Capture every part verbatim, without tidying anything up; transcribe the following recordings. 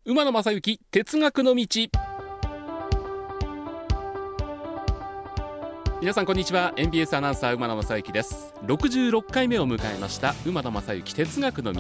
馬野正幸哲学の道。皆さんこんにちは。 エヌビーエス アナウンサー馬野正幸です。ろくじゅうろっかいめを迎えました馬野正幸哲学の道。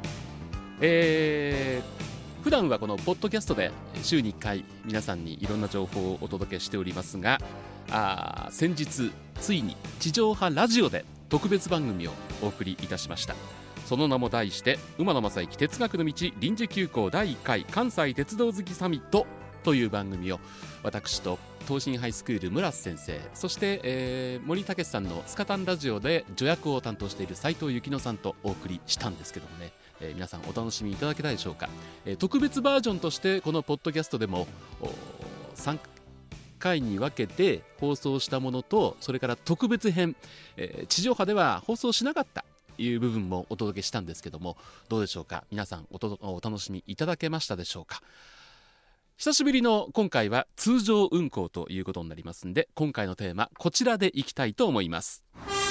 えー、普段はこのポッドキャストで週にいっかい皆さんにいろんな情報をお届けしておりますが、あ先日ついに地上波ラジオで特別番組をお送りいたしました。その名も題して馬野正幸哲学の道臨時休校だいいっかい関西鉄道好きサミットという番組を私と東進ハイスクール村瀬先生、そして、えー、森武さんのスカタンラジオで助役を担当している斉藤幸乃さんとお送りしたんですけどもね、えー、皆さんお楽しみいただけたでしょうか。えー、特別バージョンとしてこのポッドキャストでもさんかいに分けて放送したものと、それから特別編、えー、地上波では放送しなかったいう部分もお届けしたんですけども、どうでしょうか。皆さん お, とお楽しみいただけましたでしょうか。久しぶりの今回は通常運行ということになりますんで、今回のテーマこちらでいきたいと思います。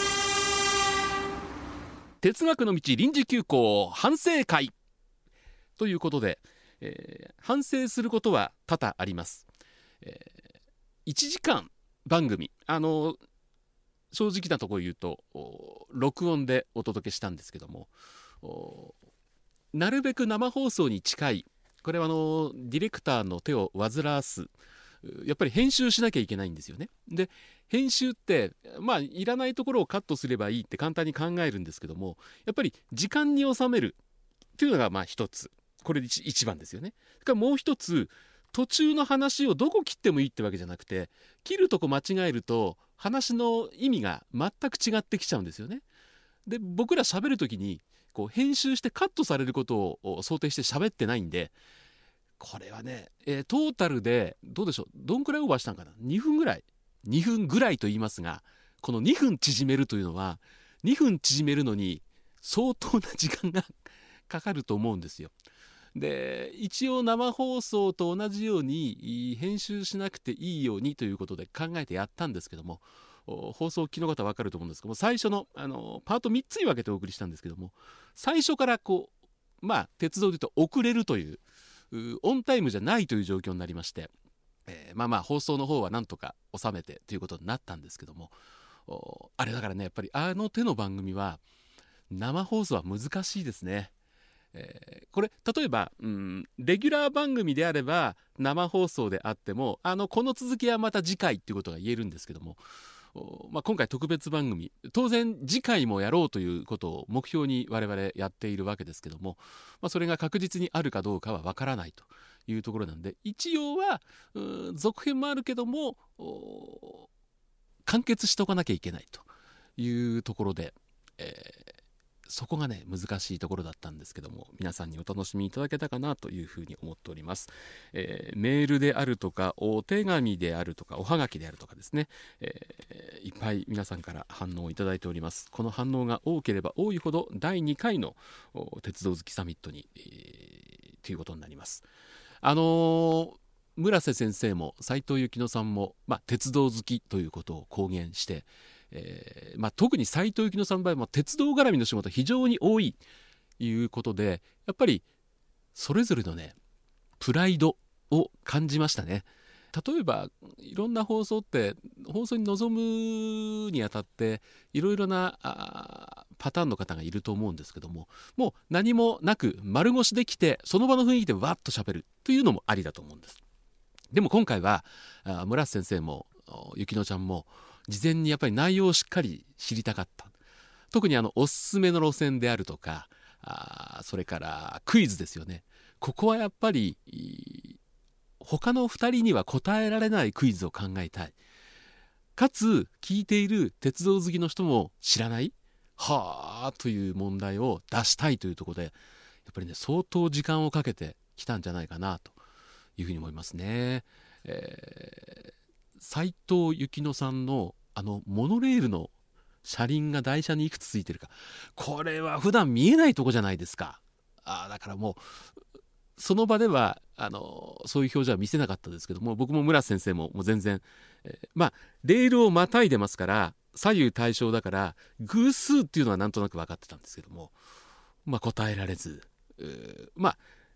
哲学の道臨時休校反省会ということで、えー、反省することは多々あります。えー、いちじかん番組、あの正直なところ言うと録音でお届けしたんですけども、なるべく生放送に近い、これはあのディレクターの手を煩わす、やっぱり編集しなきゃいけないんですよね。で編集ってまあいらないところをカットすればいいって簡単に考えるんですけども、やっぱり時間に収めるというのがまあ一つ、これ一一番ですよね。それからもう一つ、途中の話をどこ切ってもいいってわけじゃなくて、切るとこ間違えると話の意味が全く違ってきちゃうんですよね。で僕ら喋るときにこう編集してカットされることを想定して喋ってないんで、これはね、えー、トータルでどうでしょう、どんくらいオーバーしたんかな。にふんぐらいにふんぐらいと言いますが、このにふん縮めるというのはにふん縮めるのに相当な時間がかかると思うんですよ。で一応生放送と同じように編集しなくていいようにということで考えてやったんですけども、放送機の方は分かると思うんですけども、最初の、あのパートみっつに分けてお送りしたんですけども、最初からこうまあ鉄道でいうと遅れるというオンタイムじゃないという状況になりまして、えー、まあまあ放送の方はなんとか収めてということになったんですけども、あれだからね、やっぱりあの手の番組は生放送は難しいですね。えー、これ例えば、うん、レギュラー番組であれば生放送であっても、あのこの続きはまた次回っていうことが言えるんですけども、まあ、今回特別番組、当然次回もやろうということを目標に我々やっているわけですけども、まあ、それが確実にあるかどうかはわからないというところなんで、一応は続編もあるけども完結しとかなきゃいけないというところで、えーそこがね難しいところだったんですけども、皆さんにお楽しみいただけたかなというふうに思っております。えー、メールであるとかお手紙であるとかおはがきであるとかですね、えー、いっぱい皆さんから反応をいただいております。この反応が多ければ多いほどだいにかいの鉄道好きサミットに、えー、ということになります。あのー、村瀬先生も斉藤幸乃さんも、まあ、鉄道好きということを公言して、えーまあ、特に斉藤幸乃さんの場合は鉄道絡みの仕事非常に多いということで、やっぱりそれぞれのねプライドを感じましたね。例えばいろんな放送って放送に臨むにあたっていろいろなパターンの方がいると思うんですけども、もう何もなく丸腰できてその場の雰囲気でわっと喋るというのもありだと思うんです。でも今回は村瀬先生も幸乃ちゃんも事前にやっぱり内容をしっかり知りたかった。特にあのおすすめの路線であるとか、あそれからクイズですよね。ここはやっぱり他のふたりには答えられないクイズを考えたい。かつ聞いている鉄道好きの人も知らないはあという問題を出したいというところで、やっぱりね相当時間をかけてきたんじゃないかなというふうに思いますね。えー斉藤幸乃さんのあのモノレールの車輪が台車にいくつついてるか、これは普段見えないとこじゃないですか。あだからもうその場ではあのそういう表情は見せなかったですけども、僕も村瀬先生ももう全然、えー、まあレールをまたいでますから左右対称だから偶数っていうのはなんとなく分かってたんですけども、まあ答えられず、まあ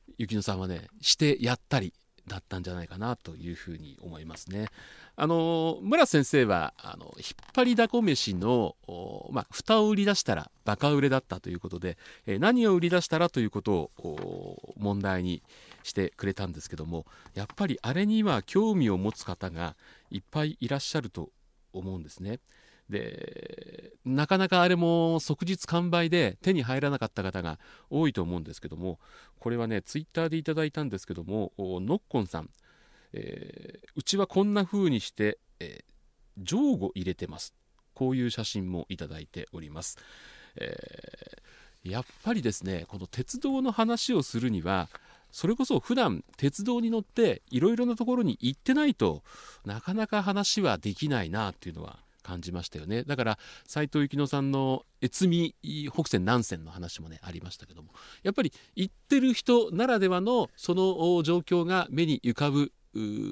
雪乃さんはねしてやったりだったんじゃないかなというふうに思いますね。あの村瀬先生はあの引っ張りだこ飯の、まあ、蓋を売り出したらバカ売れだったということで、えー、何を売り出したらということを問題にしてくれたんですけども、やっぱりあれには興味を持つ方がいっぱいいらっしゃると思うんですね。でなかなかあれも即日完売で手に入らなかった方が多いと思うんですけども、これはねツイッターでいただいたんですけども、のっこんさん、えー、うちはこんな風にして、えー、ジョーゴ入れてます、こういう写真もいただいております。えー、やっぱりですねこの鉄道の話をするにはそれこそ普段鉄道に乗っていろいろなところに行ってないとなかなか話はできないなっていうのは感じましたよね。だから斉藤雪乃さんの越美北線南線の話もねありましたけども、やっぱり行ってる人ならではのその状況が目に浮かぶ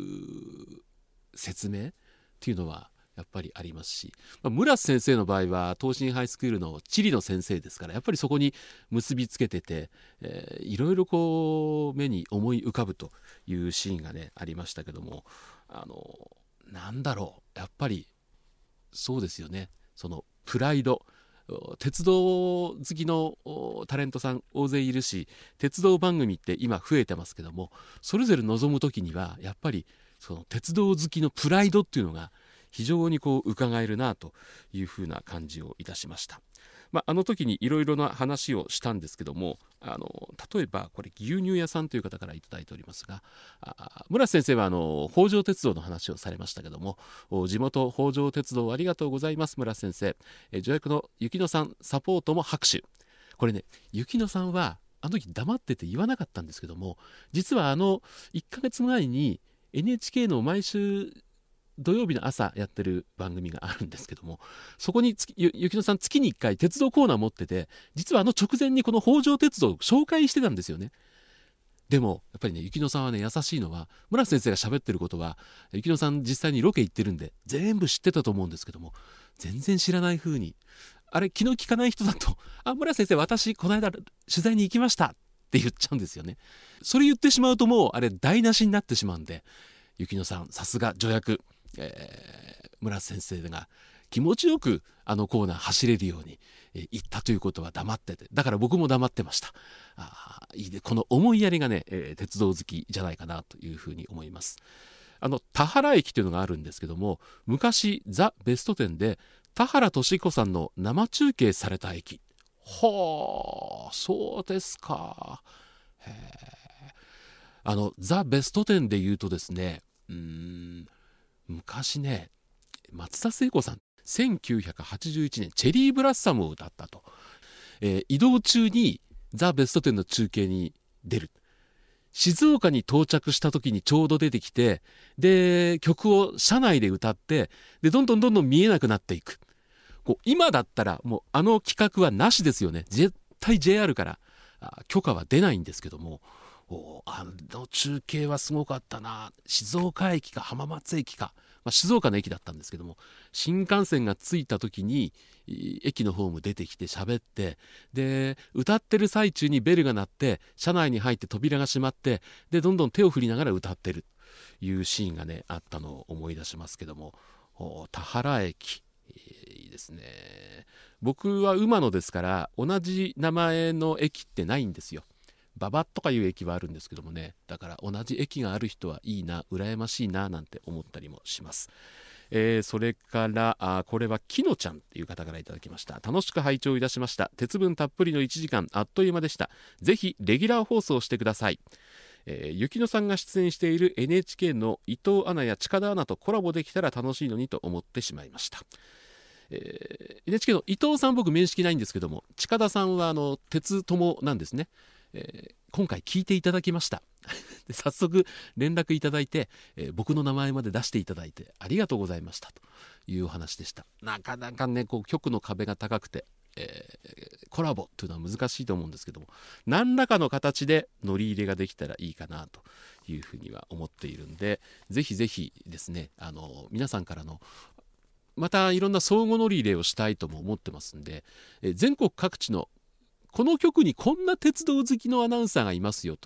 説明っていうのはやっぱりありますし、まあ、村瀬先生の場合は東進ハイスクールの地理の先生ですからやっぱりそこに結びつけてて、えー、いろいろこう目に思い浮かぶというシーンがねありましたけども、あのなんだろうやっぱりそうですよね、そのプライド、鉄道好きのタレントさん大勢いるし鉄道番組って今増えてますけども、それぞれ望む時にはやっぱりその鉄道好きのプライドっていうのが非常にこう伺えるなというふうな感じをいたしました。まあ、あの時にいろいろな話をしたんですけども、あの例えばこれ牛乳屋さんという方からいただいておりますが、あ村瀬先生はあの北条鉄道の話をされましたけども、地元北条鉄道ありがとうございます村瀬先生、え助役の雪乃さんサポートも拍手。これね雪乃さんはあの時黙ってて言わなかったんですけども、実はあのいっかげつまえに エヌエイチケー の毎週土曜日の朝やってる番組があるんですけども、そこにゆ雪乃さん月にいっかい鉄道コーナー持ってて、実はあの直前にこの北条鉄道を紹介してたんですよね。でもやっぱりね雪乃さんはね優しいのは、村瀬先生が喋ってることは雪乃さん実際にロケ行ってるんで全部知ってたと思うんですけども、全然知らない風に、あれ気の利かない人だと「あ村瀬先生私この間取材に行きました」って言っちゃうんですよね。それ言ってしまうともうあれ台無しになってしまうんで、雪乃さんさすが助役、えー、村瀬先生が気持ちよくあのコーナー走れるように、えー、行ったということは黙ってて、だから僕も黙ってました。あいいでこの思いやりがね、えー、鉄道好きじゃないかなというふうに思います。あの田原駅というのがあるんですけども、昔ザ・ベストテンで田原俊彦さんの生中継された駅。はあそうですか。へあのザ・ベストテンで言うとですね、うーん昔ね松田聖子さんせんきゅうひゃくはちじゅういちねんチェリーブラッサムを歌ったと、えー、移動中にザ・ベストテンの中継に出る。静岡に到着した時にちょうど出てきて、で曲を車内で歌って、でどんどんどんどん見えなくなっていく。こう今だったらもうあの企画はなしですよね。絶対 ジェイアール から許可は出ないんですけども、おあの中継はすごかったな。静岡駅か浜松駅か、まあ、静岡の駅だったんですけども、新幹線が着いた時に駅のホーム出てきて喋って、で歌ってる最中にベルが鳴って車内に入って扉が閉まって、でどんどん手を振りながら歌ってるというシーンがねあったのを思い出しますけども、田原駅、えー、いいですね。僕は馬野ですから同じ名前の駅ってないんですよ。馬場とかいう駅はあるんですけどもね、だから同じ駅がある人はいいな、羨ましいななんて思ったりもします。えー、それからあこれはきのちゃんっていう方からいただきました。楽しく拝聴いたしました。鉄分たっぷりのいちじかんあっという間でした。ぜひレギュラー放送してください。えー、雪乃さんが出演している エヌエイチケー の伊藤アナや近田アナとコラボできたら楽しいのにと思ってしまいました。えー、エヌエイチケー の伊藤さん僕面識ないんですけども、近田さんはあの鉄友なんですね。えー、今回聞いていただきましたで早速連絡いただいて、えー、僕の名前まで出していただいてありがとうございましたというお話でした。なかなかねこう局の壁が高くて、えー、コラボというのは難しいと思うんですけども、何らかの形で乗り入れができたらいいかなというふうには思っているんで、ぜひぜひですね、あの皆さんからのまたいろんな相互乗り入れをしたいとも思ってますんで、えー、全国各地のこの局にこんな鉄道好きのアナウンサーがいますよと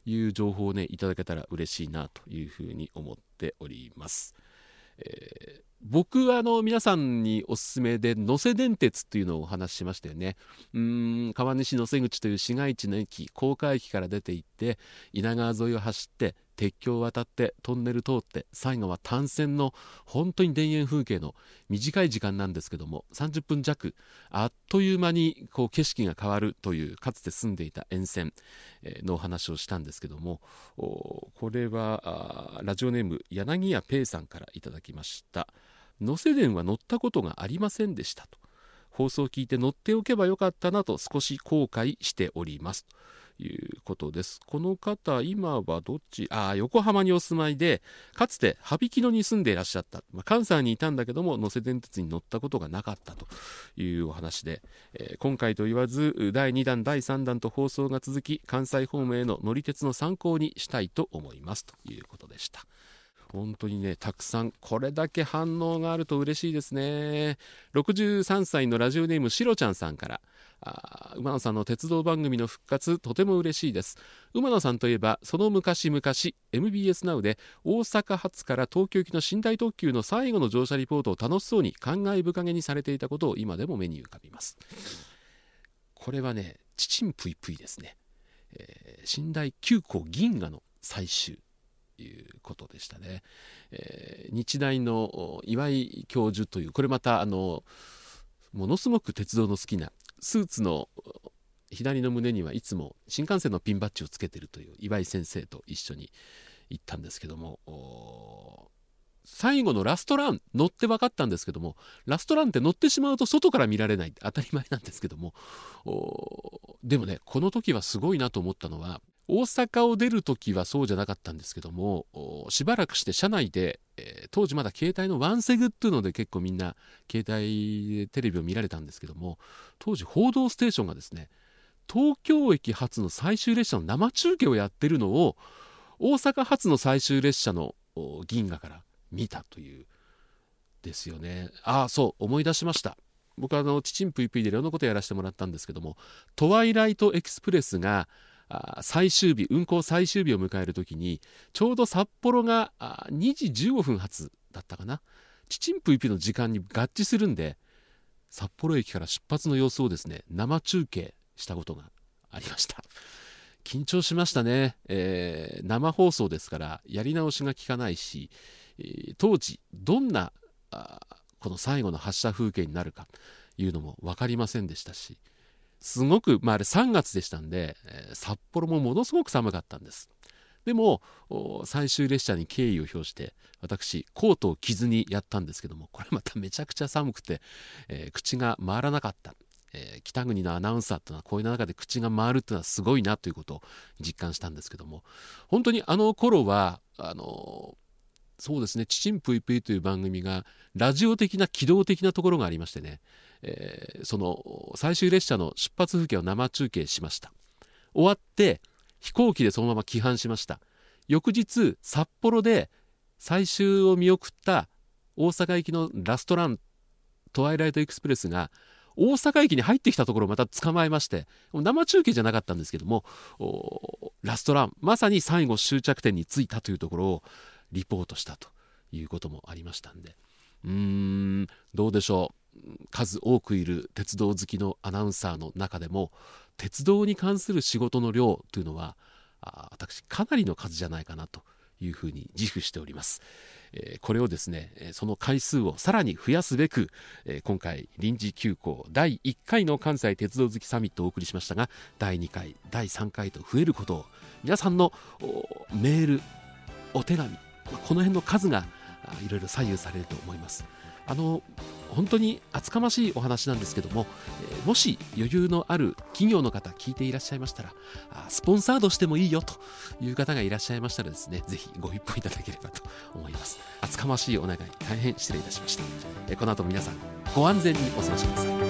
いう情報をねいただけたら嬉しいなというふうに思っております。えー僕はあの皆さんにおすすめで能勢電鉄っていうのをお話ししましたよね。うーん川西能勢口という市街地の駅、高架駅から出て行って稲川沿いを走って鉄橋を渡ってトンネル通って最後は単線の本当に田園風景の短い時間なんですけどもさんじゅっぷん弱あっという間にこう景色が変わるというかつて住んでいた沿線のお話をしたんですけども、これはラジオネーム柳家ペイさんからいただきました。能勢電は乗ったことがありませんでしたと。放送を聞いて乗っておけばよかったなと少し後悔しておりますということです。この方今はどっちあ横浜にお住まいでかつて羽曳野に住んでいらっしゃった、まあ、関西にいたんだけども能勢電鉄に乗ったことがなかったというお話で、えー、今回と言わずだいにだんだいさんだんと放送が続き関西方面への乗り鉄の参考にしたいと思いますということでした。本当にねたくさんこれだけ反応があると嬉しいですね。ろくじゅうさんさいのラジオネームしろちゃんさんから、あ馬野さんの鉄道番組の復活とても嬉しいです。馬野さんといえばその昔々 エムビーエス ナウで大阪発から東京行きの寝台特急の最後の乗車リポートを楽しそうに感慨深げにされていたことを今でも目に浮かびます。これはねちちんぷいぷいですね、えー、寝台急行銀河の最終いうことでしたね。えー、日大の岩井教授というこれまたあのものすごく鉄道の好きなスーツの左の胸にはいつも新幹線のピンバッジをつけているという岩井先生と一緒に行ったんですけども、最後のラストラン乗って分かったんですけどもラストランって乗ってしまうと外から見られない当たり前なんですけども、でもねこの時はすごいなと思ったのは大阪を出るときはそうじゃなかったんですけどもしばらくして車内で、えー、当時まだ携帯のワンセグっていうので結構みんな携帯でテレビを見られたんですけども当時報道ステーションがですね東京駅発の最終列車の生中継をやってるのを大阪発の最終列車の銀河から見たというですよね。ああそう思い出しました。僕はあのちちんぷいぷいでいろんなことやらせてもらったんですけどもトワイライトエクスプレスが最終日運行最終日を迎える時にちょうど札幌がにじじゅうごふん発だったかなちちんぷいぷいの時間に合致するんで札幌駅から出発の様子をですね生中継したことがありました。緊張しましたね、えー、生放送ですからやり直しが効かないし、えー、当時どんなこの最後の発射風景になるかいうのも分かりませんでしたしすごく、まあ、あれさんがつでしたんで、えー、札幌もものすごく寒かったんです。でも最終列車に敬意を表して私コートを着ずにやったんですけどもこれまためちゃくちゃ寒くて、えー、口が回らなかった、えー、北国のアナウンサーというのはこういう中で口が回るというのはすごいなということを実感したんですけども本当にあの頃はあのそうですねちちんぷいぷいという番組がラジオ的な機動的なところがありましてね、えー、その最終列車の出発風景を生中継しました。終わって飛行機でそのまま帰還しました。翌日札幌で最終を見送った大阪行きのラストラントワイライトエクスプレスが大阪駅に入ってきたところをまた捕まえまして生中継じゃなかったんですけどもラストランまさに最後終着点に着いたというところをリポートしたということもありましたんでうーんどうでしょう数多くいる鉄道好きのアナウンサーの中でも鉄道に関する仕事の量というのはあ私かなりの数じゃないかなというふうに自負しております、えー、これをですねその回数をさらに増やすべく、えー、今回臨時休校だいいっかいの関西鉄道好きサミットをお送りしましたがだいにかいだいさんかいと増えることを皆さんのメールお手紙この辺の数がいろいろ左右されると思います。あの本当に厚かましいお話なんですけども、えー、もし余裕のある企業の方聞いていらっしゃいましたらスポンサードしてもいいよという方がいらっしゃいましたらですねぜひご一報いただければと思います。厚かましいお願い大変失礼いたしました。えー、この後皆さんご安全にお過ごしください。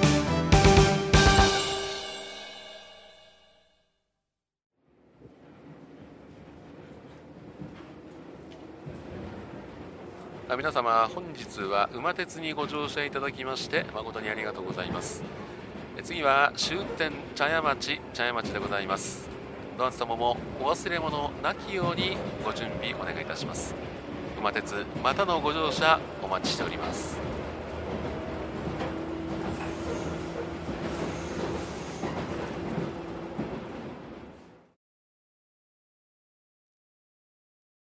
皆様本日は馬鉄にご乗車いただきまして誠にありがとうございます。次は終点茶屋町茶屋町でございます。 ドアンツ様もお忘れ物なきようにご準備お願いいたします。馬鉄またのご乗車お待ちしております。